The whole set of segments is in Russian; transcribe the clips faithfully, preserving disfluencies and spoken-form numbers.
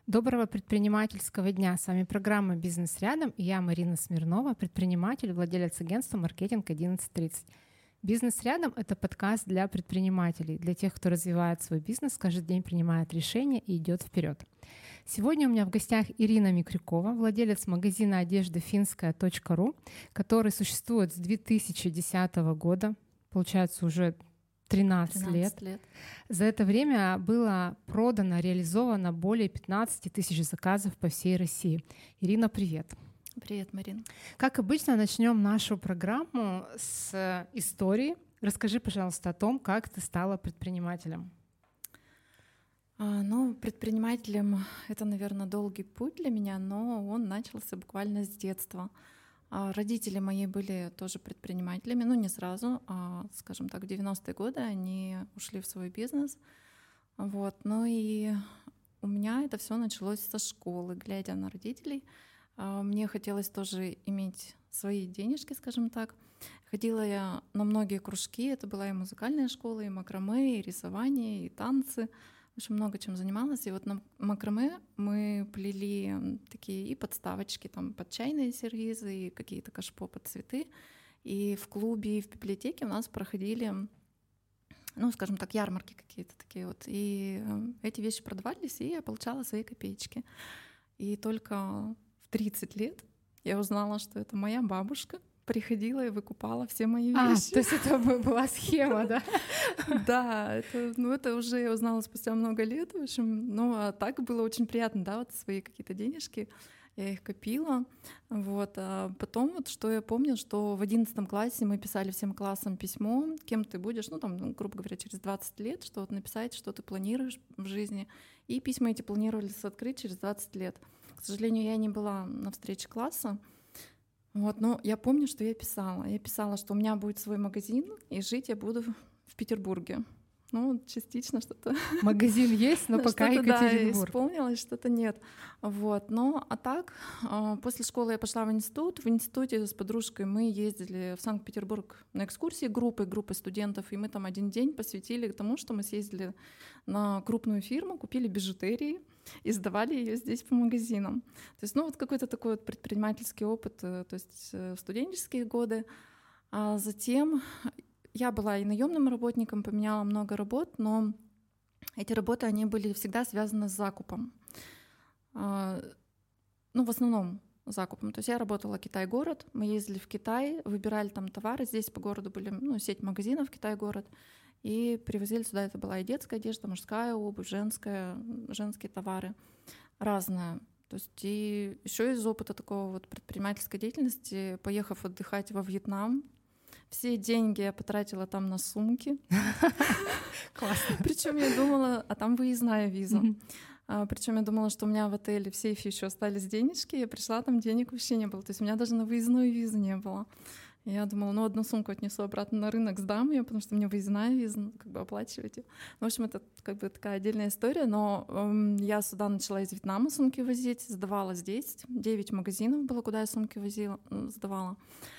Доброго предпринимательского дня. С вами программа «Бизнес рядом» и я, Марина Смирнова, предприниматель, владелец агентства «Маркетинг одиннадцать тридцать». «Бизнес рядом» — это подкаст для предпринимателей, для тех, кто развивает свой бизнес, каждый день принимает решения и идет вперед. Сегодня у меня в гостях Ирина Микрюкова, владелец магазина одежды финская точка ру, который существует с две тысячи десятого года, получается уже тринадцать лет. лет. За это время было продано, реализовано более пятнадцать тысяч заказов по всей России. Ирина, привет. Привет, Марин. Как обычно, начнем нашу программу с истории. Расскажи, пожалуйста, о том, как ты стала предпринимателем. А, ну, предпринимателем — это, наверное, долгий путь для меня, но он начался буквально с детства. А родители мои были тоже предпринимателями, ну не сразу, а, скажем так, в девяностые годы они ушли в свой бизнес. Вот. Ну и у меня это все началось со школы, глядя на родителей. Мне хотелось тоже иметь свои денежки, скажем так. Ходила я на многие кружки, это была и музыкальная школа, и макраме, и рисование, и танцы. В общем, много чем занималась. И вот на макраме мы плели такие и подставочки там, под чайные сервизы, и какие-то кашпо под цветы. И в клубе, и в библиотеке у нас проходили, ну, скажем так, ярмарки какие-то такие вот. И эти вещи продавались, и я получала свои копеечки. И только в тридцать лет я узнала, что это моя бабушка приходила и выкупала все мои а, вещи. То есть это была схема, да? Да, это, ну это уже я узнала спустя много лет, в общем, ну а так было очень приятно, да, вот свои какие-то денежки, я их копила, вот, а потом вот что я помню, что в одиннадцатом классе мы писали всем классам письмо, кем ты будешь, ну там, грубо говоря, через двадцать лет, что вот написать, что ты планируешь в жизни, и письма эти планировались открыть через двадцать лет. К сожалению, я не была на встрече класса. Вот, но я помню, что я писала. Я писала, что у меня будет свой магазин, и жить я буду в Петербурге. Ну, частично что-то. Магазин есть, но пока Екатеринбург. Да, исполнилось, что-то нет. Вот. Но а так, после школы я пошла в институт. В институте с подружкой мы ездили в Санкт-Петербург на экскурсии группой, группой студентов, и мы там один день посвятили тому, что мы съездили на крупную фирму, купили бижутерии и сдавали ее здесь по магазинам. То есть, ну, вот какой-то такой вот предпринимательский опыт, то есть в студенческие годы. А затем я была и наемным работником, поменяла много работ, но эти работы, они были всегда связаны с закупом. Ну, в основном закупом. То есть я работала Китай-город, мы ездили в Китай, выбирали там товары. Здесь по городу были, ну, сеть магазинов Китай-город, и привозили сюда. Это была и детская одежда, мужская обувь, женская, женские товары, разные. То есть и еще из опыта такого вот предпринимательской деятельности, поехав отдыхать во Вьетнам, все деньги я потратила там на сумки. Классно. Причем я думала, а там выездная виза. А, причем я думала, что у меня в отеле в сейфе еще остались денежки, я пришла, там денег вообще не было. То есть у меня даже на выездную визу не было. Я думала, ну, одну сумку отнесу обратно на рынок, сдам ее, потому что мне выездная виза, как бы оплачиваете. В общем, это как бы такая отдельная история, но эм, я сюда начала из Вьетнама сумки возить, сдавала здесь. Девять магазинов было, куда я сумки возила, сдавала.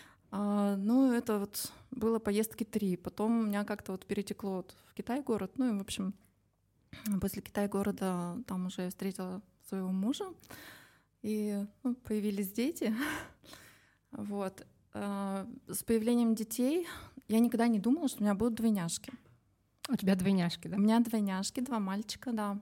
А, ну, это вот было поездки три. Потом у меня как-то вот перетекло вот в Китай-город. Ну и, в общем, после Китай-города там уже я встретила своего мужа, и ну, появились дети. Вот. С появлением детей я никогда не думала, что у меня будут двойняшки. У тебя двойняшки, да? У меня двойняшки, два мальчика, да.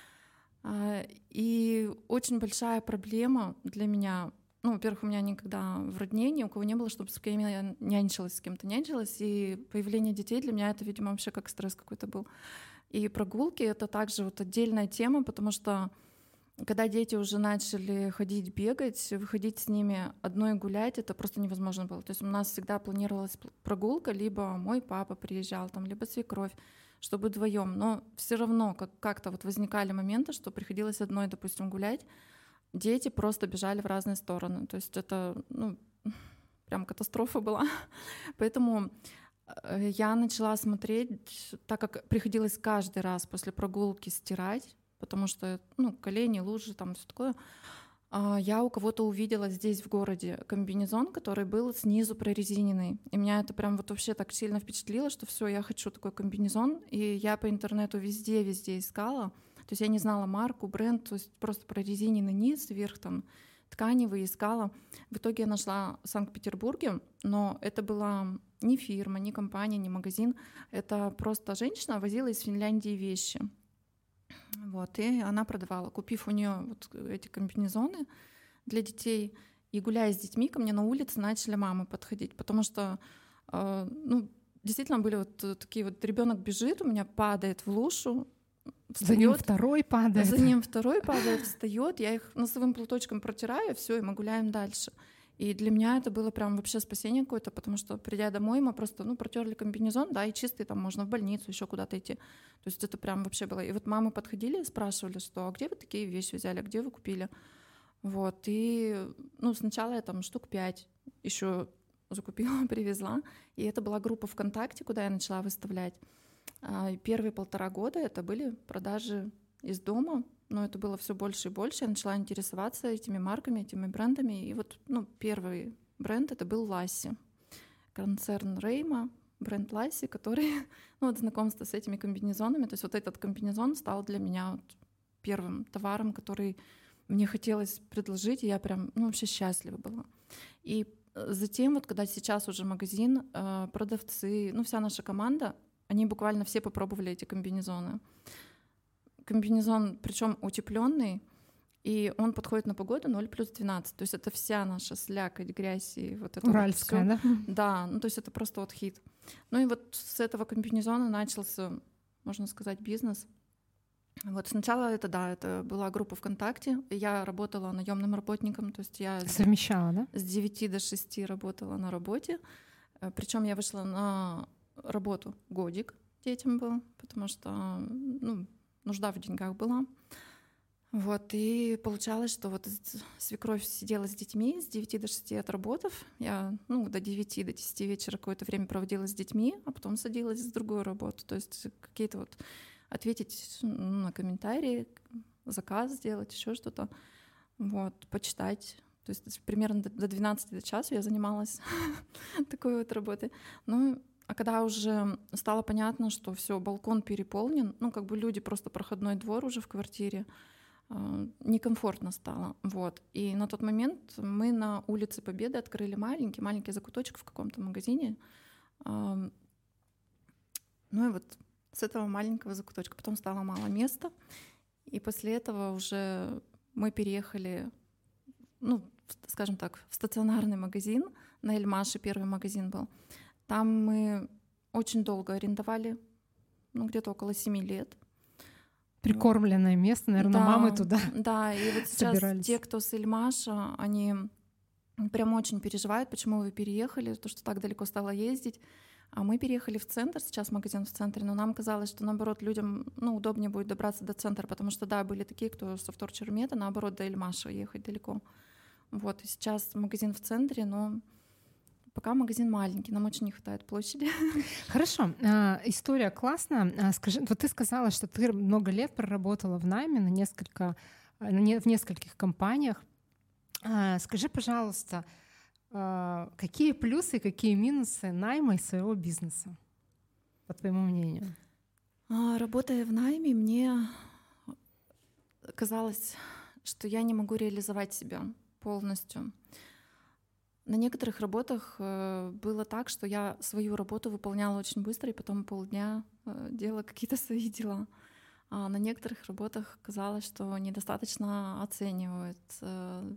И очень большая проблема для меня. Ну, во-первых, у меня никогда в родне ни у кого не было, чтобы с кем я нянчилась, с кем-то нянчилась. И появление детей для меня это, видимо, вообще как стресс какой-то был. И прогулки — это также вот отдельная тема, потому что когда дети уже начали ходить, бегать, выходить с ними одной гулять, это просто невозможно было. То есть у нас всегда планировалась прогулка, либо мой папа приезжал, там, либо свекровь, чтобы вдвоем. Но все равно как- как-то вот возникали моменты, что приходилось одной, допустим, гулять. Дети просто бежали в разные стороны. То есть это, ну, прям катастрофа была. Поэтому я начала смотреть, так как приходилось каждый раз после прогулки стирать, потому что, ну, колени, лужи, там все такое. Я у кого-то увидела здесь в городе комбинезон, который был снизу прорезиненный. И меня это прям вот вообще так сильно впечатлило, что все, я хочу такой комбинезон. И я по интернету везде-везде искала. То есть я не знала марку, бренд, то есть просто прорезиненный низ, вверх там тканевый искала. В итоге я нашла в Санкт-Петербурге, но это была не фирма, не компания, не магазин. Это просто женщина возила из Финляндии вещи. Вот, и она продавала. Купив у нее вот эти комбинезоны для детей и гуляя с детьми, ко мне на улице начали мамы подходить, потому что э, ну, действительно были вот такие вот: ребенок бежит, у меня падает в лужу, встаёт, за ним второй падает. За ним второй падает, встает, я их носовым платочком протираю, все, и мы гуляем дальше. И для меня это было прям вообще спасение какое-то, потому что, придя домой, мы просто, ну, протерли комбинезон, да, и чистый, там можно в больницу, еще куда-то идти. То есть это прям вообще было. И вот мамы подходили и спрашивали, что: а где вы такие вещи взяли, а где вы купили? Вот, и, ну, сначала я там штук пять еще закупила, привезла, и это была группа ВКонтакте, куда я начала выставлять. И первые полтора года это были продажи из дома, но это было все больше и больше. Я начала интересоваться этими марками, этими брендами. И вот, ну, первый бренд — это был Ласси. Концерн Рейма, бренд Ласси, который, ну, вот знакомство с этими комбинезонами. То есть вот этот комбинезон стал для меня вот первым товаром, который мне хотелось предложить, и я прям, ну, вообще счастлива была. И затем, вот когда сейчас уже магазин, продавцы, ну, вся наша команда, они буквально все попробовали эти комбинезоны. Комбинезон, причем утепленный, и он подходит на погоду ноль плюс двенадцать. То есть это вся наша слякоть, грязь и вот это. Уральская, вот, да? Да, ну то есть это просто вот хит. Ну и вот с этого комбинезона начался, можно сказать, бизнес. Вот сначала это, да, это была группа ВКонтакте. Я работала наемным работником, то есть я совмещала, да? С девяти до шести работала на работе. Причем я вышла на работу годик детям был, потому что, ну, нужда в деньгах была. Вот, и получалось, что вот свекровь сидела с детьми с девяти до шести отработав. Я, ну, до девяти, до десяти вечера какое-то время проводила с детьми, а потом садилась за другую работу. То есть какие-то вот ответить, ну, на комментарии, заказ сделать, еще что-то, вот, почитать. То есть примерно до двенадцати до часу я занималась такой вот работой. Ну, а когда уже стало понятно, что все, балкон переполнен, ну, как бы люди просто проходной двор уже в квартире, э, некомфортно стало. Вот. И на тот момент мы на улице Победы открыли маленький, маленький закуточек в каком-то магазине. Э, ну и вот с этого маленького закуточка потом стало мало места. И после этого уже мы переехали, ну, скажем так, в стационарный магазин. На Эльмаше первый магазин был. Там мы очень долго арендовали, ну, где-то около семи лет. Прикормленное место, наверное, да, мамы туда. Да, и вот сейчас собирались. Те, кто с Эльмаша, они прям очень переживают, почему вы переехали, то, что так далеко стало ездить. А мы переехали в центр, сейчас магазин в центре, но нам казалось, что, наоборот, людям, ну, удобнее будет добраться до центра, потому что, да, были такие, кто со Вторчермета, наоборот, до Эльмаша ехать далеко. Вот, и сейчас магазин в центре, но пока магазин маленький, нам очень не хватает площади. Хорошо, а, история классная. А, скажи, вот ты сказала, что ты много лет проработала в найме на несколько, на не, в нескольких компаниях. А, скажи, пожалуйста, а, какие плюсы и какие минусы найма и своего бизнеса, по твоему мнению? А, работая в найме, мне казалось, что я не могу реализовать себя полностью. На некоторых работах э, было так, что я свою работу выполняла очень быстро, и потом полдня э, делала какие-то свои дела. А на некоторых работах казалось, что недостаточно оценивают. Э,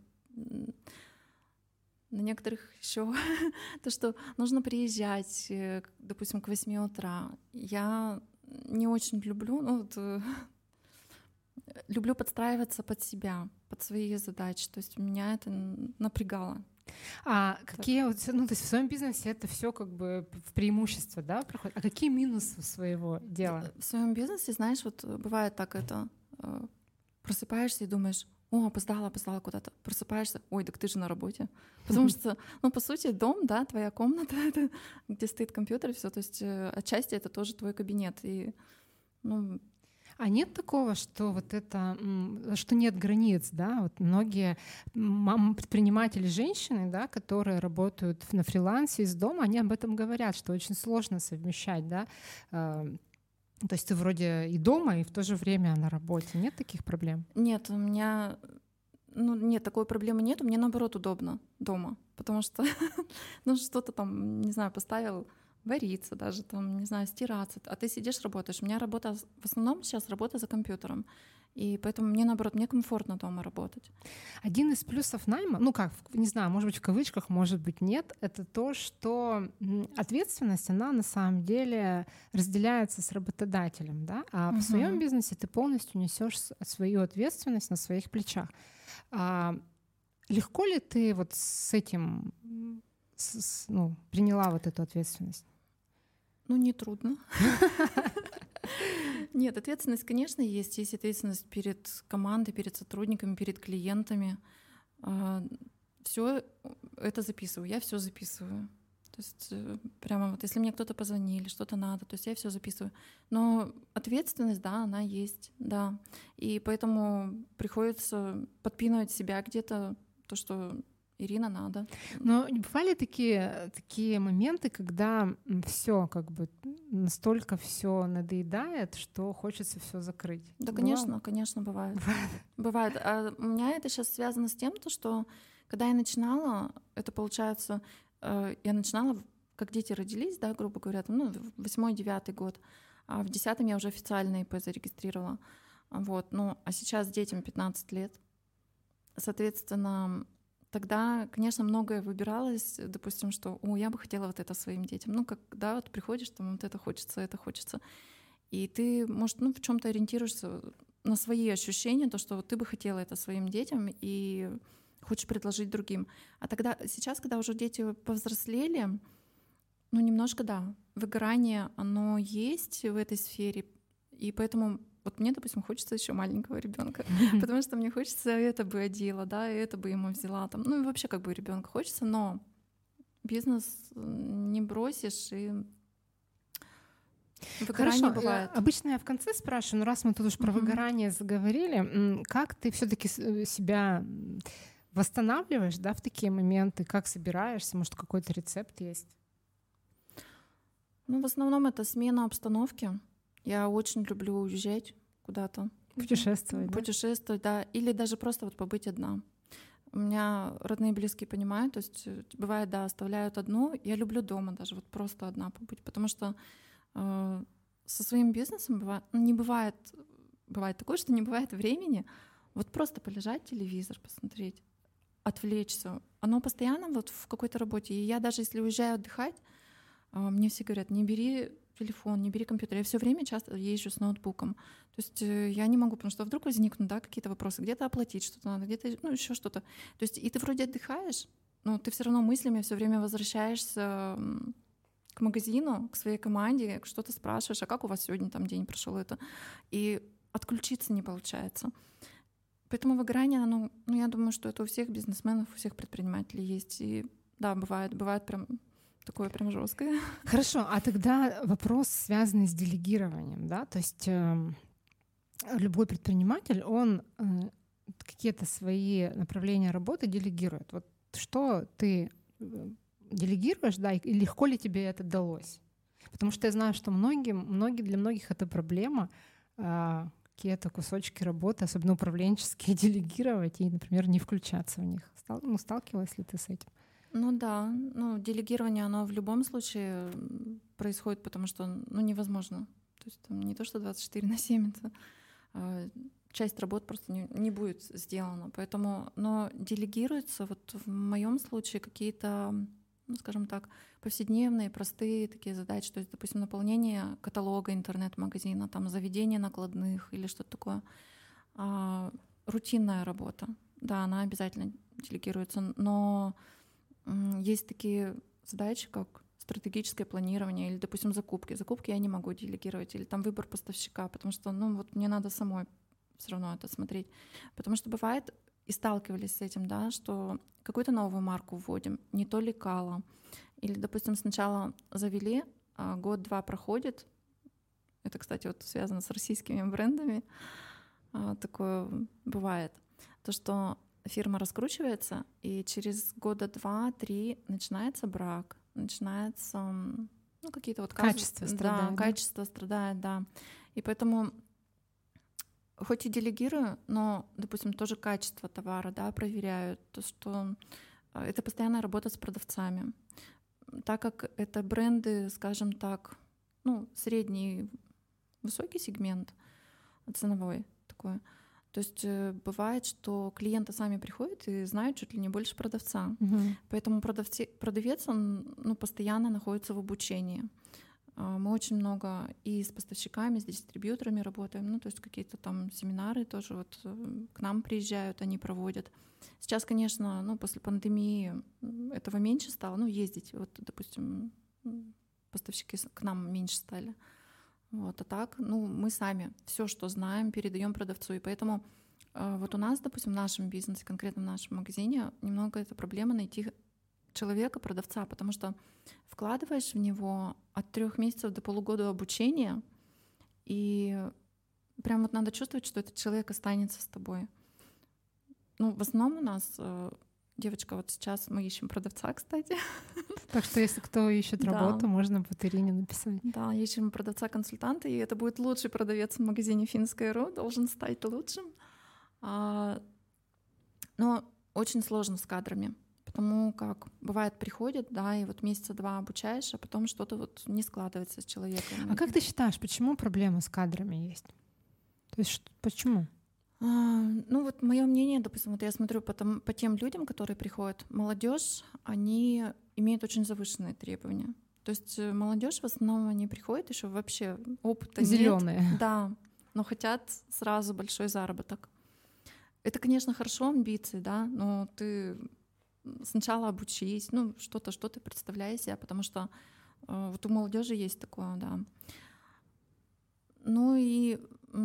на некоторых еще то, что нужно приезжать, э, допустим, к восьми утра. Я не очень люблю, ну, вот, э, люблю подстраиваться под себя, под свои задачи. То есть меня это напрягало. А какие, вот, ну, то есть в своем бизнесе это все как бы в преимущество, да, проходит? А какие минусы своего дела? В своем бизнесе, знаешь, вот бывает так, это просыпаешься и думаешь: о, опоздала, опоздала куда-то. Просыпаешься: ой, так ты же на работе. Потому что, ну, по сути, дом, да, твоя комната, это, где стоит компьютер и все. То есть отчасти это тоже твой кабинет. И, ну, А нет такого, что вот это, что нет границ, да? Вот многие мамы, предприниматели, женщины, да, которые работают на фрилансе из дома, они об этом говорят, что очень сложно совмещать, да, То есть ты вроде и дома, и в то же время на работе. Нет таких проблем? Нет, у меня... Ну, нет, такой проблемы нет. Мне, наоборот, удобно дома, потому что, ну, что-то там, не знаю, поставил вариться даже, там, не знаю, стираться, а ты сидишь, работаешь. У меня работа, в основном сейчас работа за компьютером, и поэтому мне, наоборот, мне комфортно дома работать. Один из плюсов найма, ну как, не знаю, может быть, в кавычках, может быть, нет, это то, что ответственность, она на самом деле разделяется с работодателем, да, а uh-huh. в своем бизнесе ты полностью несешь свою ответственность на своих плечах. А легко ли ты вот с этим, с, с, ну, приняла вот эту ответственность? Ну, не трудно. Нет, ответственность, конечно, есть. Есть ответственность перед командой, перед сотрудниками, перед клиентами. Все это записываю, я все записываю. То есть прямо вот если мне кто-то позвонил или что-то надо, то есть я все записываю. Но ответственность, да, она есть, да. И поэтому приходится подпинывать себя где-то, то, что Ирина, надо. Но бывали такие, такие моменты, когда все как бы настолько все надоедает, что хочется все закрыть? Да, Бывало? конечно, конечно, бывает. Бывает. Бывает. А у меня это сейчас связано с тем, что когда я начинала, это получается, я начинала, как дети родились, да, грубо говоря, там, ну, восьмой-девятый год, а в десятом я уже официально ИП зарегистрировала. Вот. Ну, а сейчас детям пятнадцать лет. Соответственно, тогда, конечно, многое выбиралось, допустим, что «О, я бы хотела вот это своим детям». Ну, когда вот приходишь, там вот это хочется, это хочется. И ты, может, ну, в чем-то ориентируешься на свои ощущения, то, что вот ты бы хотела это своим детям и хочешь предложить другим. А тогда, сейчас, когда уже дети повзрослели, ну, немножко, да, выгорание, оно есть в этой сфере, и поэтому вот мне, допустим, хочется еще маленького ребенка, потому что мне хочется это бы одела, да, это бы ему взяла, там, ну и вообще как бы ребенка хочется, но бизнес не бросишь, и выгорание Хорошо. бывает. Обычно я в конце спрашиваю, но раз мы тут уж про uh-huh. выгорание заговорили, как ты все-таки себя восстанавливаешь, да, в такие моменты, как собираешься, может, какой-то рецепт есть? Ну, в основном это смена обстановки. Я очень люблю уезжать куда-то. Путешествовать, да? Путешествовать, да. Или даже просто вот побыть одна. У меня родные и близкие понимают, то есть бывает, да, оставляют одну. Я люблю дома даже вот просто одна побыть, потому что э, со своим бизнесом бывает, не бывает, бывает такое, что не бывает времени вот просто полежать, телевизор посмотреть, отвлечься. Оно постоянно вот в какой-то работе. И я даже если уезжаю отдыхать, э, мне все говорят, не бери телефон, не бери компьютер. Я все время часто езжу с ноутбуком. То есть я не могу, потому что вдруг возникнут, да, какие-то вопросы, где-то оплатить что-то надо, где-то, ну, еще что-то. То есть и ты вроде отдыхаешь, но ты все равно мыслями все время возвращаешься к магазину, к своей команде, что-то спрашиваешь, а как у вас сегодня там день прошел это? И отключиться не получается. Поэтому выгорание, оно, ну, я думаю, что это у всех бизнесменов, у всех предпринимателей есть. И да, бывает, бывает прям такое прям жесткое. Хорошо, а тогда вопрос, связанный с делегированием, да, то есть э, любой предприниматель, он э, какие-то свои направления работы делегирует. Вот что ты делегируешь, да, и легко ли тебе это далось? Потому что я знаю, что многим, многие, для многих это проблема, э, какие-то кусочки работы, особенно управленческие, делегировать и, например, не включаться в них. Стал, ну, сталкивалась ли ты с этим? Ну да, ну делегирование, оно в любом случае происходит, потому что, ну, невозможно. То есть там не то, что двадцать четыре на семь, это э, часть работ просто не, не будет сделана. Поэтому, но делегируется вот в моем случае какие-то, ну, скажем так, повседневные, простые такие задачи. То есть, допустим, наполнение каталога интернет-магазина, там заведение накладных или что-то такое. А, рутинная работа, да, она обязательно делегируется, но есть такие задачи, как стратегическое планирование или, допустим, закупки. Закупки я не могу делегировать, или там выбор поставщика, потому что, ну, вот мне надо самой все равно это смотреть. Потому что бывает, и сталкивались с этим, да, что какую-то новую марку вводим, не то лекало. Или, допустим, сначала завели, а год-два проходит. Это, кстати, вот связано с российскими брендами. Такое бывает. То, что фирма раскручивается, и через года два-три начинается брак, начинается ну, какие-то вот качество казусы, страдает. Да, Да? качество страдает, да. И поэтому хоть и делегирую, но, допустим, тоже качество товара, да, проверяю, то, что это постоянная работа с продавцами. Так как это бренды, скажем так, ну, средний, высокий сегмент ценовой такой. То есть бывает, что клиенты сами приходят и знают чуть ли не больше продавца. Угу. Поэтому продавцы, продавец, он ну, постоянно находится в обучении. Мы очень много и с поставщиками, с дистрибьюторами работаем, ну, то есть какие-то там семинары тоже вот к нам приезжают, они проводят. Сейчас, конечно, ну, после пандемии этого меньше стало, ну, ездить, вот, допустим, поставщики к нам меньше стали. Вот, а так, ну, мы сами все, что знаем, передаем продавцу. И поэтому э, вот у нас, допустим, в нашем бизнесе, конкретно в нашем магазине, немного это проблема найти человека, продавца, потому что вкладываешь в него от трех месяцев до полугода обучения, и прям вот надо чувствовать, что этот человек останется с тобой. Ну, в основном у нас э, девочка, вот сейчас мы ищем продавца, кстати. Так что если кто ищет работу, да. можно по Ирине написать. Да, ищем продавца-консультанта, и это будет лучший продавец в магазине Финская.ру, должен стать лучшим. А, но очень сложно с кадрами, потому как бывает приходит, да, и вот месяца два обучаешь, а потом что-то вот не складывается с человеком. А как ты считаешь, почему проблема с кадрами есть? То есть что, почему? А, ну вот мое мнение, допустим, вот я смотрю по, там, по тем людям, которые приходят, молодежь, они имеют очень завышенные требования. То есть молодежь в основном они приходят еще вообще опыта зеленые. Нет, да, но хотят сразу большой заработок. Это, конечно, хорошо, амбиции, да, но ты сначала обучись, ну что-то, что ты представляешь себя, потому что э, вот у молодежи есть такое, да. Ну и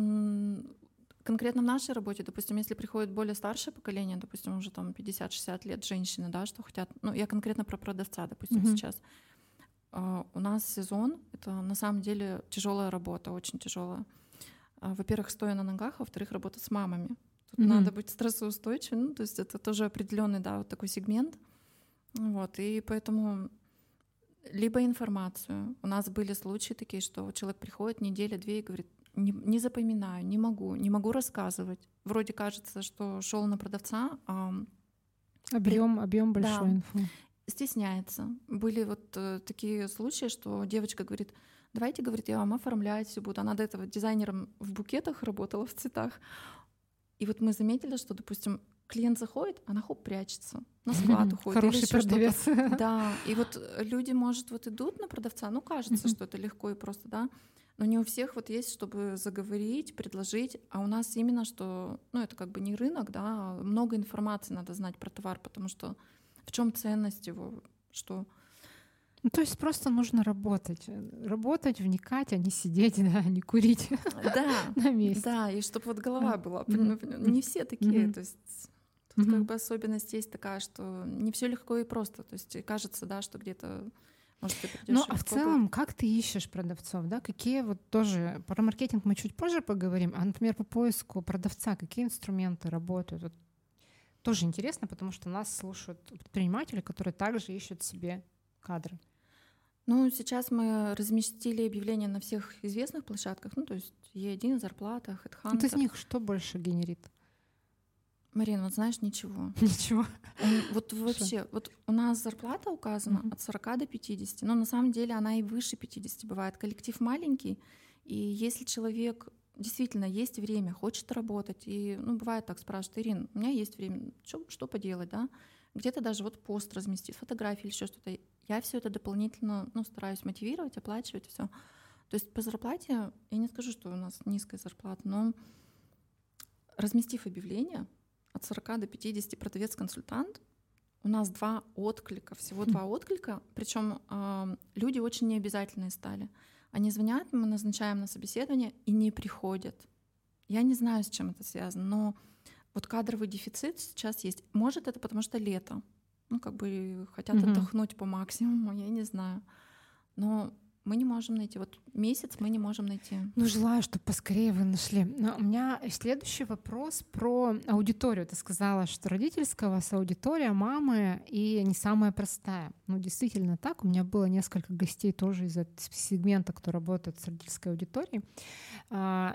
м- конкретно в нашей работе, допустим, если приходит более старшее поколение, допустим, уже там пятьдесят-шестьдесят лет женщины, да, что хотят, ну я конкретно про продавца, допустим, mm-hmm. сейчас. Uh, у нас сезон — это на самом деле тяжелая работа, очень тяжелая. Uh, во-первых, стоя на ногах, а во-вторых, работа с мамами. Тут mm-hmm. надо быть стрессоустойчивым, ну, то есть это тоже определенный, да, вот такой сегмент. Вот, и поэтому либо информацию. У нас были случаи такие, что человек приходит неделя-две и говорит: не, не запоминаю, не могу, не могу рассказывать. Вроде кажется, что шел на продавца, а объем, при... объем большой да. инфы. Стесняется. Были вот э, такие случаи, что девочка говорит: давайте, говорит, я вам оформлять все буду. Она до этого дизайнером в букетах работала, в цветах. И вот мы заметили, что, допустим, клиент заходит, она хоп, прячется, на склад уходит. Хороший продавец. Что-то. Да, и вот люди, может, вот идут на продавца, ну, кажется, что это легко и просто, да, но не у всех вот есть, чтобы заговорить, предложить, а у нас именно, что, ну, это как бы не рынок, да, много информации надо знать про товар, потому что в чем ценность его, что... Ну, то есть просто нужно работать. Работать, вникать, а не сидеть, да, не курить да, на месте. Да, и чтобы вот голова была. Mm-hmm. Не все такие. Mm-hmm. То есть тут mm-hmm. как бы особенность есть такая, что не все легко и просто. То есть кажется, да, что где-то... Может, ты придёшь. Ну, а в целом, как ты ищешь продавцов, да? Какие вот тоже... Про маркетинг мы чуть позже поговорим, а, например, по поиску продавца, какие инструменты работают? Вот тоже интересно, потому что нас слушают предприниматели, которые также ищут себе кадры. Ну, сейчас мы разместили объявления на всех известных площадках, ну, то есть Е один, Зарплата, HeadHunter. Вот из них что больше генерит? Марина, вот знаешь, ничего. Ничего? Вот вообще, вот у нас зарплата указана от сорока до пятидесяти, но на самом деле она и выше пятидесяти бывает. Коллектив маленький, и если человек... Действительно, есть время, хочет работать. И, ну, бывает так, спрашивают: Ирин, у меня есть время, что, что поделать, да? Где-то даже вот пост разместить, фотографии или еще что-то. Я все это дополнительно, ну, стараюсь мотивировать, оплачивать, все. То есть по зарплате, я не скажу, что у нас низкая зарплата, но разместив объявление от сорока до пятидесяти, продавец-консультант, у нас два отклика, всего два отклика, причем э, люди очень необязательные стали. Они звонят, мы назначаем на собеседование и не приходят. Я не знаю, с чем это связано, но вот кадровый дефицит сейчас есть. Может, это потому что лето. Ну, как бы хотят mm-hmm. отдохнуть по максимуму, я не знаю. Но мы не можем найти. Вот месяц мы не можем найти. Ну, желаю, чтобы поскорее вы нашли. Но у меня следующий вопрос про аудиторию. Ты сказала, что родительская у вас аудитория, мамы, и не самая простая. Ну, действительно так. У меня было несколько гостей тоже из этого сегмента, кто работает с родительской аудиторией. А,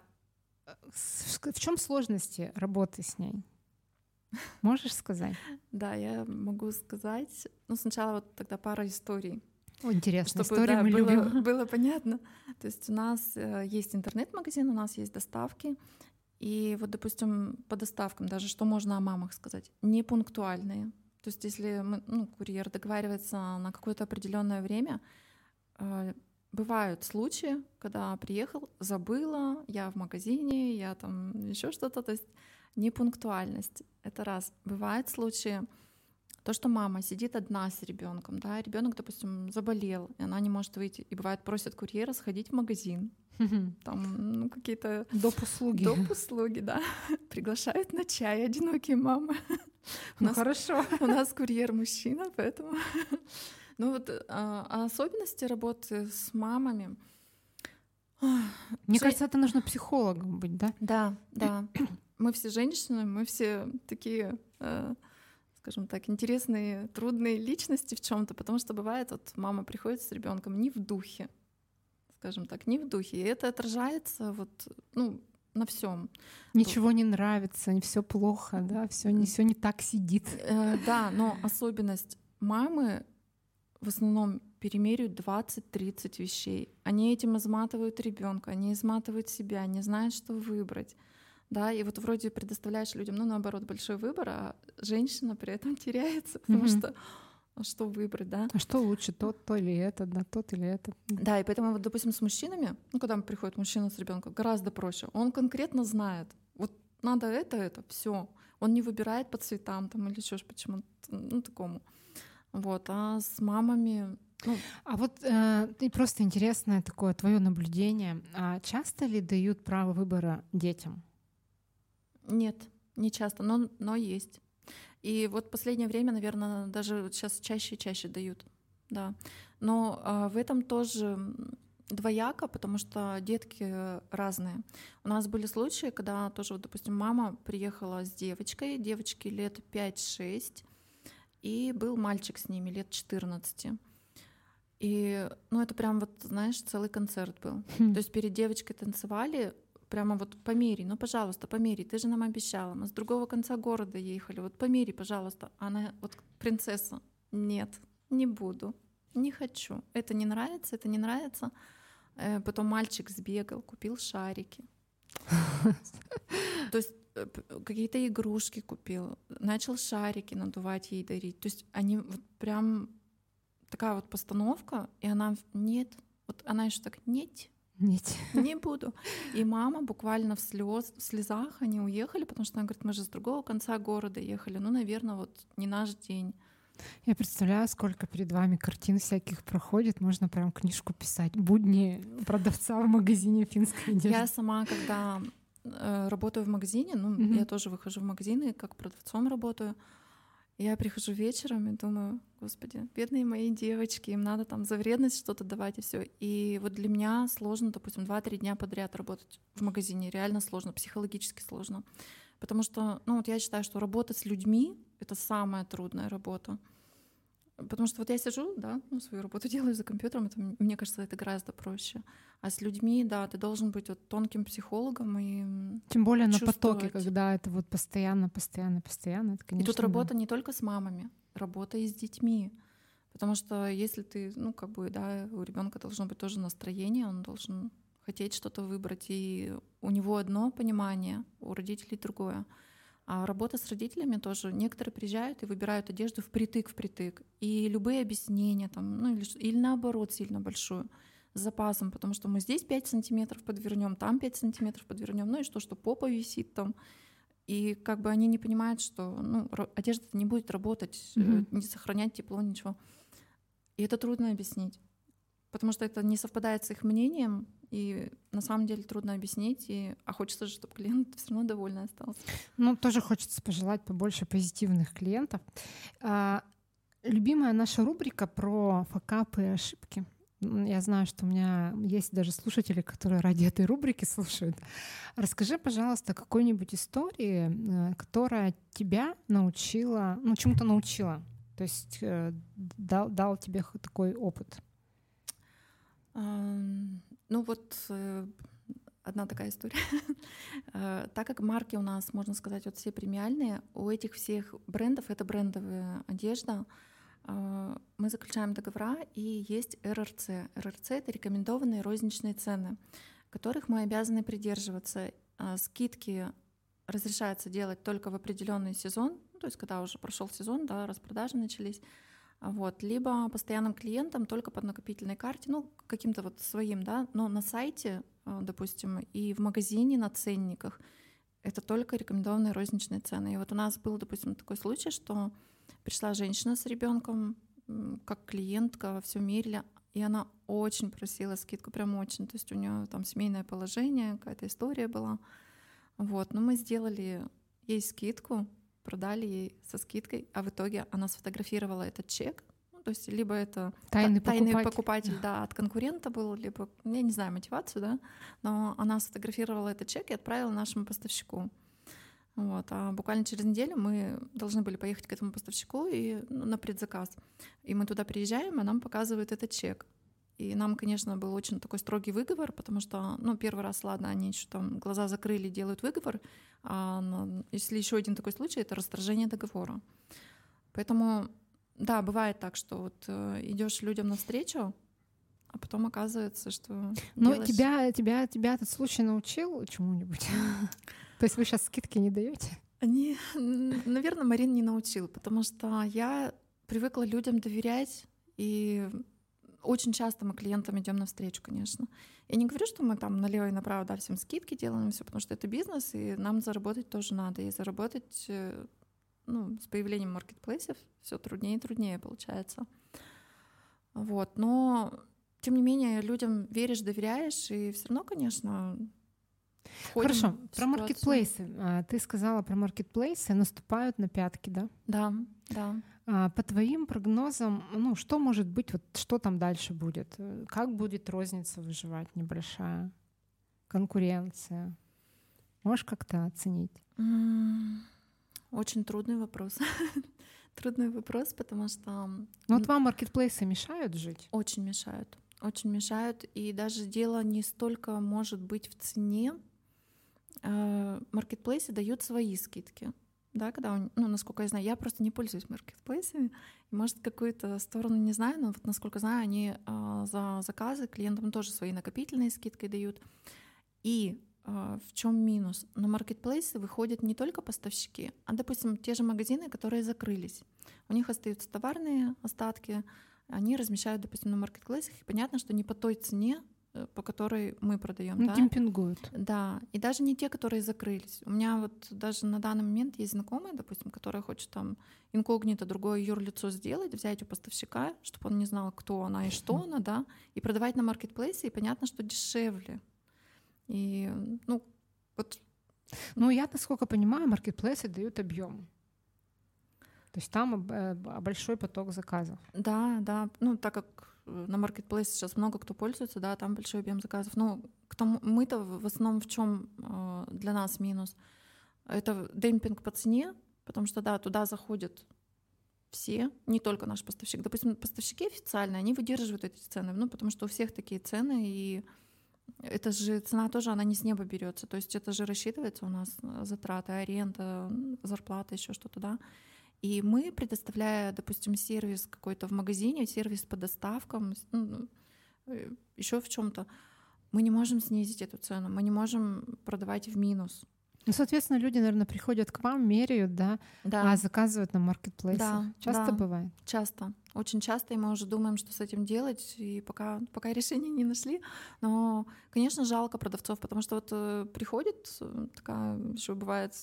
в чем сложности работы с ней? Можешь сказать? Да, я могу сказать. Ну, сначала вот тогда пара историй. О, интересно, чтобы, истории да, мы было, любим. было понятно. То есть у нас э, есть интернет-магазин, у нас есть доставки. И вот, допустим, по доставкам даже, что можно о мамах сказать? Непунктуальные. То есть если мы, ну, курьер договаривается на какое-то определенное время, э, бывают случаи, когда приехал, забыла, я в магазине, я там еще что-то. То есть непунктуальность. Это раз. Бывают случаи, то, что мама сидит одна с ребенком, да, ребенок, допустим, заболел, и она не может выйти, и бывает просит курьера сходить в магазин, там ну, какие-то доп. Услуги, доп. Услуги, да, приглашают на чай одинокие мамы. Ну нас, хорошо. У нас курьер мужчина, поэтому. Ну вот а, а особенности работы с мамами. Мне Жен... кажется, это нужно психологом быть, да? Да, да. Мы все женщины, мы все такие. Скажем так, интересные, трудные личности в чем-то, потому что бывает, вот мама приходит с ребенком не в духе, скажем так, не в духе, и это отражается вот, ну, на всем. Ничего не нравится, не все плохо, да, все не все не так сидит. Э, да, но особенность мамы в основном перемеряют двадцать-тридцать вещей. Они этим изматывают ребенка, они изматывают себя, не знают, что выбрать. Да, и вот вроде предоставляешь людям, ну, наоборот, большой выбор, а женщина при этом теряется, потому mm-hmm. что а что выбрать, да? А что лучше, тот, то или это, да, тот или это? Да, и поэтому, вот, допустим, с мужчинами, ну, когда приходит мужчина с ребенком, гораздо проще. Он конкретно знает, вот надо это, это, все. Он не выбирает по цветам там или еще почему-то, ну, такому. Вот, а с мамами. Ну, а вот э, просто интересное такое твое наблюдение. А часто ли дают право выбора детям? Нет, не часто, но, но есть. И вот в последнее время, наверное, даже сейчас чаще и чаще дают. Да. Но а, в этом тоже двояко, потому что детки разные. У нас были случаи, когда тоже, вот, допустим, мама приехала с девочкой, девочке лет пять-шесть, и был мальчик с ними лет четырнадцать. И, ну, это прям вот, знаешь, целый концерт был. То есть перед девочкой танцевали, прямо вот померяй, ну, пожалуйста, померяй, ты же нам обещала, мы с другого конца города ехали, вот померяй, пожалуйста. Она вот принцесса, нет, не буду, не хочу, это не нравится, это не нравится. Потом мальчик сбегал, купил шарики, то есть какие-то игрушки купил, начал шарики надувать ей дарить, то есть они вот прям такая вот постановка, и она нет, вот она еще так нет. Нет. Не буду. И мама буквально в, слез, в слезах они уехали, потому что она говорит, мы же с другого конца города ехали. Ну, наверное, вот не наш день. Я представляю, сколько перед вами картин всяких проходит. Можно прям книжку писать. Будни продавца в магазине финской одежды. Я сама, когда э, работаю в магазине, ну, mm-hmm. я тоже выхожу в магазины, как продавцом работаю. Я прихожу вечером и думаю, господи, бедные мои девочки, им надо там за вредность что-то давать и все. И вот для меня сложно, допустим, два-три дня подряд работать в магазине. Реально сложно, психологически сложно. Потому что, ну вот я считаю, что работать с людьми — это самая трудная работа. Потому что вот я сижу, да, ну, свою работу делаю за компьютером, это, мне кажется, это гораздо проще. А с людьми, да, ты должен быть вот тонким психологом и тем более на потоке, когда это вот постоянно, постоянно, постоянно. Это, конечно, и тут работа да. не только с мамами, работа и с детьми. Потому что если ты, ну, как бы, да, у ребенка должно быть тоже настроение, он должен хотеть что-то выбрать, и у него одно понимание, у родителей другое. А работа с родителями тоже. Некоторые приезжают и выбирают одежду впритык-впритык. И любые объяснения, там, ну, или, или наоборот сильно большую, с запасом, потому что мы здесь пять сантиметров подвернем, там пять сантиметров подвернем, ну и что, что попа висит там. И как бы они не понимают, что ну, одежда не будет работать, mm-hmm. не сохранять тепло, ничего. И это трудно объяснить, потому что это не совпадает с их мнением, и на самом деле трудно объяснить, и, а хочется же, чтобы клиент все равно довольный остался. Ну, тоже хочется пожелать побольше позитивных клиентов. А, любимая наша рубрика про факапы и ошибки. я знаю, что у меня есть даже слушатели, которые ради этой рубрики слушают. Расскажи, пожалуйста, какой-нибудь истории, которая тебя научила, ну, чему-то научила, то есть дал, дал тебе такой опыт. Um, ну вот одна такая история. Так как марки у нас, можно сказать, вот все премиальные, у этих всех брендов, это брендовая одежда, мы заключаем договора, и есть эр эр цэ. эр эр цэ — это рекомендованные розничные цены, которых мы обязаны придерживаться. Скидки разрешается делать только в определенный сезон, то есть когда уже прошел сезон, да, распродажи начались. Вот. Либо постоянным клиентам только по накопительной карте, ну, каким-то вот своим, да, но на сайте, допустим, и в магазине на ценниках это только рекомендованные розничные цены. И вот у нас был, допустим, такой случай, что пришла женщина с ребенком, как клиентка, все мерили, и она очень просила скидку, прям очень. То есть у нее там семейное положение, какая-то история была. Вот. Но мы сделали ей скидку, продали ей со скидкой, а в итоге она сфотографировала этот чек. Ну, то есть либо это тайный, та- тайный покупатель, покупатель да, от конкурента был, либо, я не знаю, мотивацию, да, но она сфотографировала этот чек и отправила нашему поставщику. Вот. А буквально через неделю мы должны были поехать к этому поставщику и, ну, на предзаказ. И мы туда приезжаем, и нам показывают этот чек. И нам, конечно, был очень такой строгий выговор, потому что, ну, первый раз, ладно, они еще там глаза закрыли, делают выговор, а ну, если еще один такой случай, это расторжение договора. Поэтому, да, бывает так, что вот э, идешь людям навстречу, а потом оказывается, что Ну, делаешь... тебя, тебя, тебя этот случай научил чему-нибудь? То есть вы сейчас скидки не даете? Не, наверное, Марин не научил, потому что я привыкла людям доверять, и очень часто мы клиентам идем навстречу, конечно. Я не говорю, что мы там налево и направо, да, всем скидки делаем, все, потому что это бизнес, и нам заработать тоже надо. И заработать, ну, с появлением маркетплейсов все труднее и труднее получается. Вот. Но, тем не менее, людям веришь, доверяешь, и все равно, конечно, Хорошо, про маркетплейсы. Ты сказала про маркетплейсы, наступают на пятки, да? Да, да. По твоим прогнозам, ну, что может быть, вот что там дальше будет? Как будет розница выживать небольшая? Конкуренция? Можешь как-то оценить? Очень трудный вопрос. Трудный вопрос, потому что... Ну вот вам маркетплейсы мешают жить? Очень мешают. Очень мешают. И даже дело не столько может быть в цене. Маркетплейсы дают свои скидки. Да, когда он, ну, насколько я знаю, я просто не пользуюсь маркетплейсами. Может, какую-то сторону не знаю, но вот насколько знаю, они э, за заказы клиентам тоже свои накопительные скидки дают. И э, в чем минус? На маркетплейсы выходят не только поставщики, а, допустим, те же магазины, которые закрылись. У них остаются товарные остатки, они размещают, допустим, на маркетплейсах, и понятно, что не по той цене, по которой мы продаем. Ну, да? демпингуют. Да, и даже не те, которые закрылись. У меня вот даже на данный момент есть знакомые, допустим, которые хочет там инкогнито другое юрлицо сделать, взять у поставщика, чтобы он не знал, кто она и что она, да, и продавать на маркетплейсе, и понятно, что дешевле. И, ну, вот... Ну, я, насколько понимаю, маркетплейсы дают объем. То есть там большой поток заказов. Да, да, ну, так как на маркетплейсе сейчас много кто пользуется, да, там большой объем заказов. Но к тому, мы-то в основном в чем э, для нас минус? Это демпинг по цене, потому что, да, туда заходят все, не только наш поставщик. Допустим, поставщики официальные, они выдерживают эти цены, ну, потому что у всех такие цены, и это же цена тоже, она не с неба берется. То есть это же рассчитывается у нас затраты, аренда, зарплата, еще что-то, да. И мы, предоставляя, допустим, сервис какой-то в магазине, сервис по доставкам, ну, еще в чем-то, мы не можем снизить эту цену, мы не можем продавать в минус. Ну, соответственно, люди, наверное, приходят к вам, меряют, да, да. а заказывают на маркетплейсах. Да, часто да, бывает? Часто, очень часто, и мы уже думаем, что с этим делать, и пока, пока решения не нашли. Но, конечно, жалко продавцов, потому что вот э, приходит такая, еще бывает,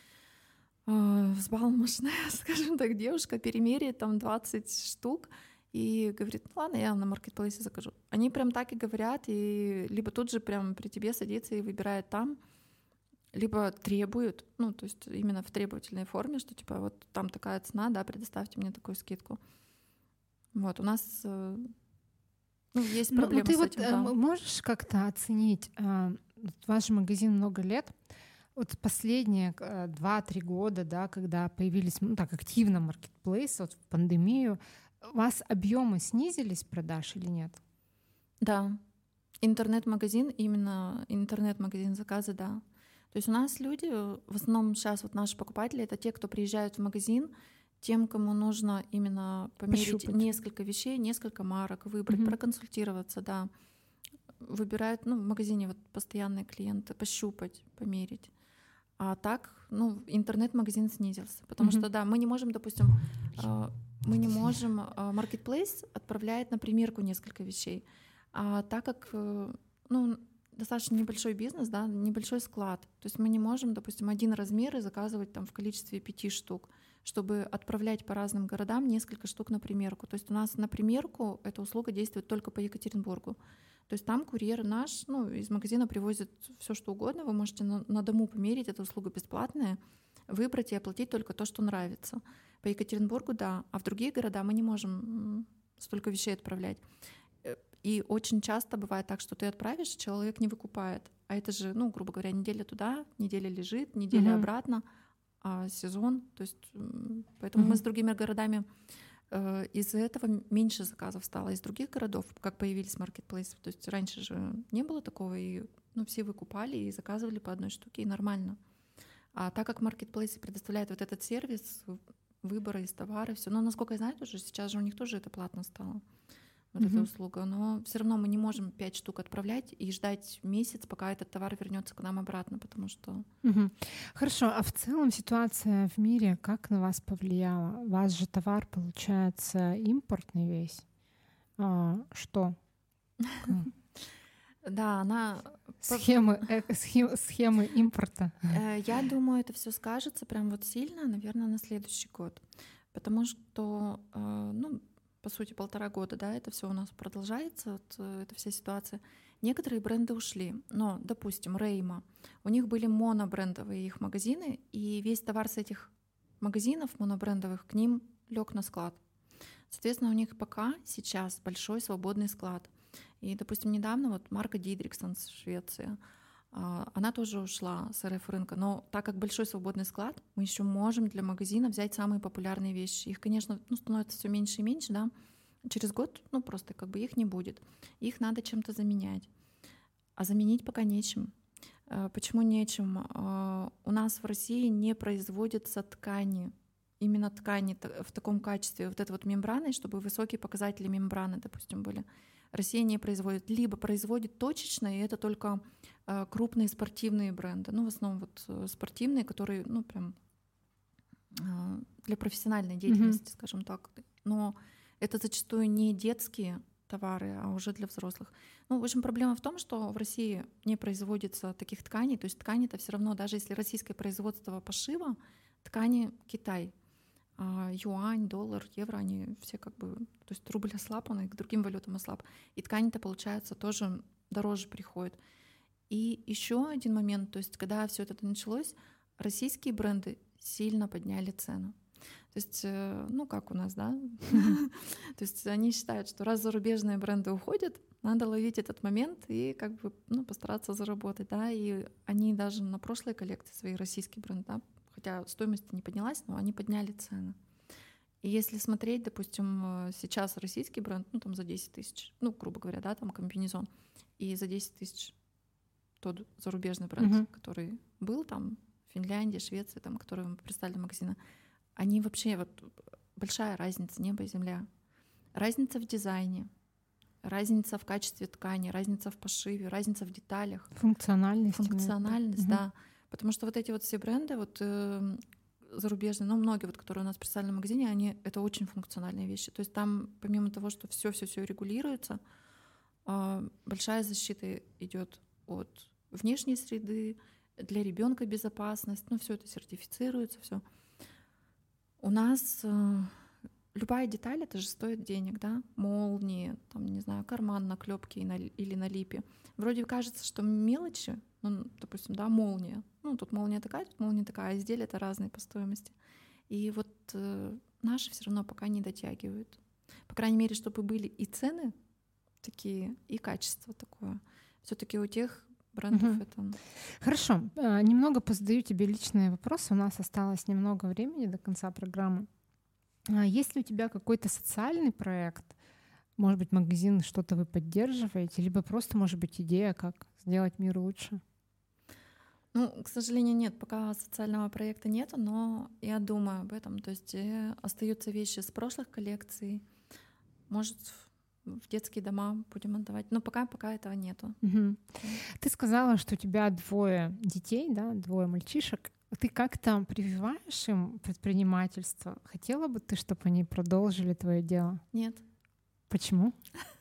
взбалмошная, скажем так, девушка, перемеряет там двадцать штук и говорит, ну ладно, я на маркетплейсе закажу. Они прям так и говорят, и либо тут же прям при тебе садится и выбирает там, либо требуют, ну, то есть именно в требовательной форме, что типа вот там такая цена, да, предоставьте мне такую скидку. Вот, у нас, ну, Ну, есть Ну, проблемы ты с вот этим, э, да. можешь как-то оценить, а, вот ваш магазин много лет, вот последние э, два-три года, да, когда появились, ну, так активно маркетплейсы, вот в пандемию, у вас объемы снизились продаж или нет? Да, интернет-магазин, именно интернет-магазин заказа, да. То есть у нас люди, э, в основном сейчас вот наши покупатели, это те, кто приезжают в магазин, тем, кому нужно именно померить Пощупать. несколько вещей, несколько марок, выбрать, Мгм. проконсультироваться, да. Выбирают, ну, в магазине вот постоянные клиенты, пощупать, померить. А так, ну, интернет-магазин снизился, потому Мгм. что, да, мы не можем, допустим, а, мы не можем, а, маркетплейс отправляет на примерку несколько вещей, а так как, э, ну, достаточно небольшой бизнес, да, небольшой склад, то есть мы не можем, допустим, один размер и заказывать там в количестве пяти штук, чтобы отправлять по разным городам несколько штук на примерку. То есть у нас на примерку эта услуга действует только по Екатеринбургу. То есть там курьер наш, ну, из магазина привозит все, что угодно. Вы можете на, на дому померить, эта услуга бесплатная, выбрать и оплатить только то, что нравится. По Екатеринбургу, да, а в другие города мы не можем м, столько вещей отправлять. Э, И очень часто бывает так, что ты отправишь, человек не выкупает. А это же, ну, грубо говоря, неделя туда, неделя лежит, неделя Мгм. обратно, а сезон. То есть, м, поэтому мы Мгм. с другими городами Э, из-за этого м- меньше заказов стало из других городов, как появились маркетплейсы. То есть раньше же не было такого, и ну, все выкупали и заказывали по одной штуке, и нормально. А так как маркетплейсы предоставляют вот этот сервис в- выбора из товара, все, но насколько я знаю, тоже сейчас же у них тоже это платно стало, вот эта Мгм. услуга. Но все равно мы не можем пять штук отправлять и ждать месяц, пока этот товар вернется к нам обратно, потому что Мгм. Хорошо, а в целом ситуация в мире как на вас повлияла? У вас же товар получается импортный весь. А, что? К- да, она пов- Схемы, э, схе- схемы импорта. Э, Я думаю, это все скажется прям вот сильно, наверное, на следующий год. Потому что, э, ну, по сути, полтора года, да, это все у нас продолжается, вот, э, эта вся ситуация. Некоторые бренды ушли, но, допустим, Рейма, у них были монобрендовые их магазины, и весь товар с этих магазинов монобрендовых к ним лег на склад. Соответственно, у них пока сейчас большой свободный склад. И, допустим, недавно вот марка Дидриксонс, Швеция, а, она тоже ушла с эр эф рынка, но так как большой свободный склад, мы еще можем для магазина взять самые популярные вещи. Их, конечно, ну, становится все меньше и меньше, да. Через год, ну просто как бы их не будет. Их надо чем-то заменять. А заменить пока нечем. Э, Почему нечем? А, У нас в России не производятся ткани, именно ткани та- в таком качестве, вот этой вот мембраны, чтобы высокие показатели мембраны, допустим, были. Россия не производит, либо производит точечно, и это только э, крупные спортивные бренды, ну в основном вот э, спортивные, которые, ну прям э, для профессиональной Мгм. деятельности, скажем так. Но это зачастую не детские товары, а уже для взрослых. Ну, в общем, проблема в том, что в России не производится таких тканей, то есть ткани это все равно, даже если российское производство пошива, ткани Китай. А юань, доллар, евро, они все как бы, то есть рубль ослаб, он и к другим валютам ослаб. И ткани-то, получается, тоже дороже приходят. И еще один момент, то есть когда все это началось, российские бренды сильно подняли цену. То есть, э, ну как у нас, да? Мгм. То есть они считают, что раз зарубежные бренды уходят, надо ловить этот момент и как бы ну, постараться заработать, да. И они даже на прошлой коллекции свои российские бренды, да, хотя стоимость не поднялась, но они подняли цены. И если смотреть, допустим, э, сейчас российский бренд, ну там за десять тысяч, ну грубо говоря, да, там комбинезон, и за десять тысяч тот зарубежный бренд, Мгм. который был там в Финляндии, Швеции, там, который мы представили магазины, они вообще вот большая разница, небо и земля. Разница в дизайне, разница в качестве ткани, разница в пошиве, разница в деталях, Функциональности, наверное. функциональность, Мгм. да. Потому что вот эти вот все бренды, вот э, зарубежные, ну многие, вот, которые у нас представлены в магазине, они это очень функциональные вещи. То есть там помимо того, что все, все, все регулируется, э, большая защита идет от внешней среды, для ребенка безопасность, ну все это сертифицируется, все. У нас э, любая деталь, это же стоит денег, да? Молнии, там, не знаю, карман на клепке или на липе. Вроде кажется, что мелочи, ну, допустим, да, молния. Ну, тут молния такая, тут молния такая, а изделия это разные по стоимости. И вот э, наши все равно пока не дотягивают. По крайней мере, чтобы были и цены такие и качество такое. Все-таки у тех брендов Мгм. это... Хорошо. А, Немного позадаю тебе личные вопросы. У нас осталось немного времени до конца программы. А Есть ли у тебя какой-то социальный проект? Может быть, магазин, что-то вы поддерживаете, либо просто, может быть, идея, как сделать мир лучше? Ну, к сожалению, нет, пока социального проекта нету, но я думаю об этом. То есть э, остаются вещи с прошлых коллекций, может, в в детские дома будем отдавать. Но пока, пока этого нету. Мгм. Да. Ты сказала, что у тебя двое детей, да, двое мальчишек. Ты как-то прививаешь им предпринимательство? Хотела бы ты, чтобы они продолжили твое дело? Нет. Почему?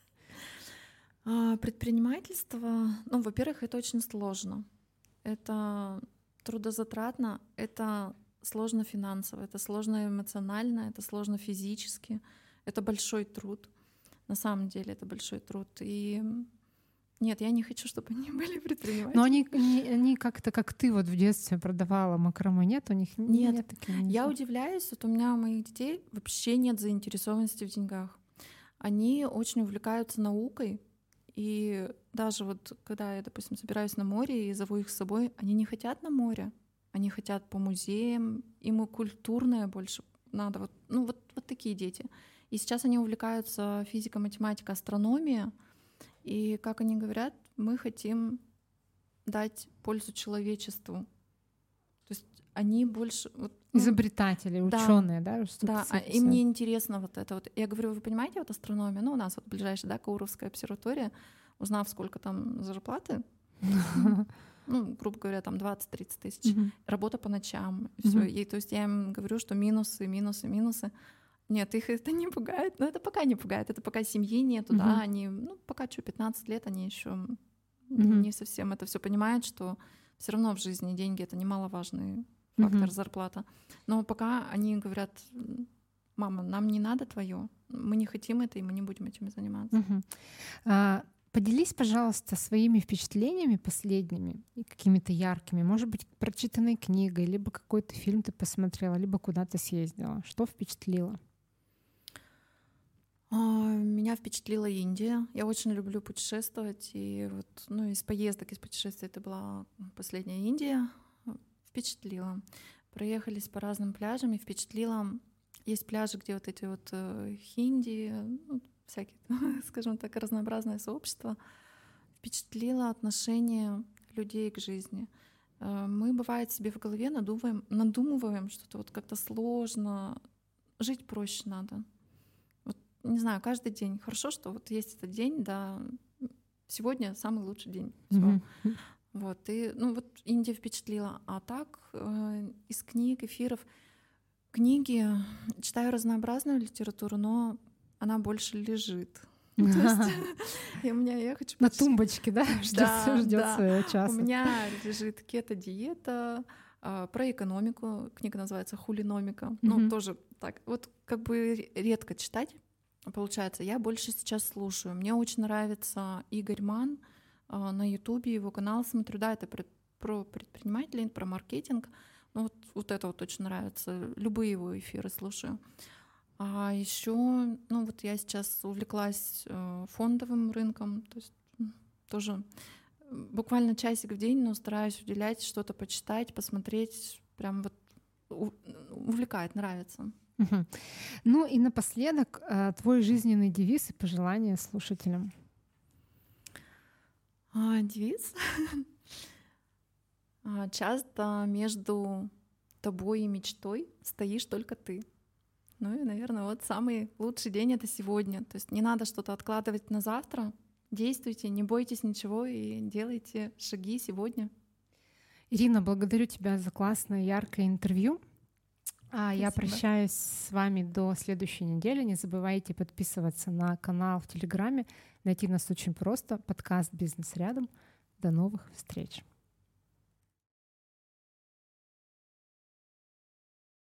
А, предпринимательство, ну, во-первых, это очень сложно. Это трудозатратно, это сложно финансово, это сложно эмоционально, это сложно физически. Это большой труд. На самом деле это большой труд. И м, нет, я не хочу, чтобы они были Но предпринимателями. они, они, они как-то, как ты вот в детстве продавала макраме, нет? У них н- Нет, нет таких? не я знаю. удивляюсь, вот у меня у моих детей вообще нет заинтересованности в деньгах. Они очень увлекаются наукой, и даже вот когда я, допустим, собираюсь на море и зову их с собой, они не хотят на море, они хотят по музеям, им и культурное больше надо. Вот, ну вот, вот такие дети. И сейчас они увлекаются физика, математика, астрономия, и, как они говорят, мы хотим дать пользу человечеству. То есть они больше... Вот, ну, Изобретатели, да, ученые, да? Что-то да, с а этим им не связано. интересно вот это вот. Я говорю, вы понимаете, вот астрономия, ну, у нас вот ближайшая, да, Кауровская обсерватория, узнав, сколько там зарплаты, м, ну, грубо говоря, там двадцать-тридцать тысяч, Мгм. работа по ночам, и все. Мгм. И то есть я им говорю, что минусы, минусы, минусы. Нет, их это не пугает, но это пока не пугает, это пока семьи нету, да, Мгм. они, ну, пока что, пятнадцать лет, они еще Мгм. не совсем это все понимают, что все равно в жизни деньги — это немаловажный фактор, Мгм. зарплата. Но пока они говорят, м, мама, нам не надо твое, мы не хотим это, и мы не будем этим заниматься. Мгм. А, Поделись, пожалуйста, своими впечатлениями последними и какими-то яркими. Может быть, прочитанной книгой, либо какой-то фильм ты посмотрела, либо куда-то съездила. Что впечатлило? А, Меня впечатлила Индия. Я очень люблю путешествовать. И вот, ну, из поездок, из путешествий это была последняя Индия. э, Впечатлила. Проехались по разным пляжам и впечатлила. Есть пляжи, где вот эти вот э, хинди, ну, всякие, скажем так, разнообразное сообщество. Впечатлило отношение людей к жизни. Э, Мы, бывает, себе в голове надумываем, надумываем что-то вот как-то сложно. Жить проще надо. Вот, не знаю, каждый день. Хорошо, что вот есть этот день, да, сегодня самый лучший день. Все. Мгм. Вот, и, ну, вот Индия впечатлила. А так, э, из книг, эфиров, книги, читаю разнообразную литературу, но она больше лежит. Ну, то есть и у меня, я хочу На почитать. тумбочке, да? Ждет, Да, ждет да. своего У часа. меня лежит кето-диета, а, про экономику. Книга называется «Хулиномика». Ну, Мгм. тоже так. Вот как бы ре- редко читать получается. Я больше сейчас слушаю. Мне очень нравится Игорь Ман. а, На Ютубе его канал смотрю. Да, это про, про предпринимателей, про маркетинг. Ну, вот, вот это вот очень нравится. Любые его эфиры слушаю. А еще, ну вот я сейчас увлеклась э, фондовым рынком, то есть м, тоже э, буквально часик в день, но стараюсь уделять, что-то почитать, посмотреть, прям вот у- увлекает, нравится. Мгм. Ну и напоследок а, твой жизненный девиз и пожелания слушателям. А, девиз. А, Часто между тобой и мечтой стоишь только ты. Ну и, наверное, вот самый лучший день — это сегодня. То есть не надо что-то откладывать на завтра. Действуйте, не бойтесь ничего и делайте шаги сегодня. Ирина, благодарю тебя за классное, яркое интервью. А я Спасибо. прощаюсь с вами до следующей недели. Не забывайте подписываться на канал в Телеграме. Найти нас очень просто. Подкаст «Бизнес рядом». До новых встреч.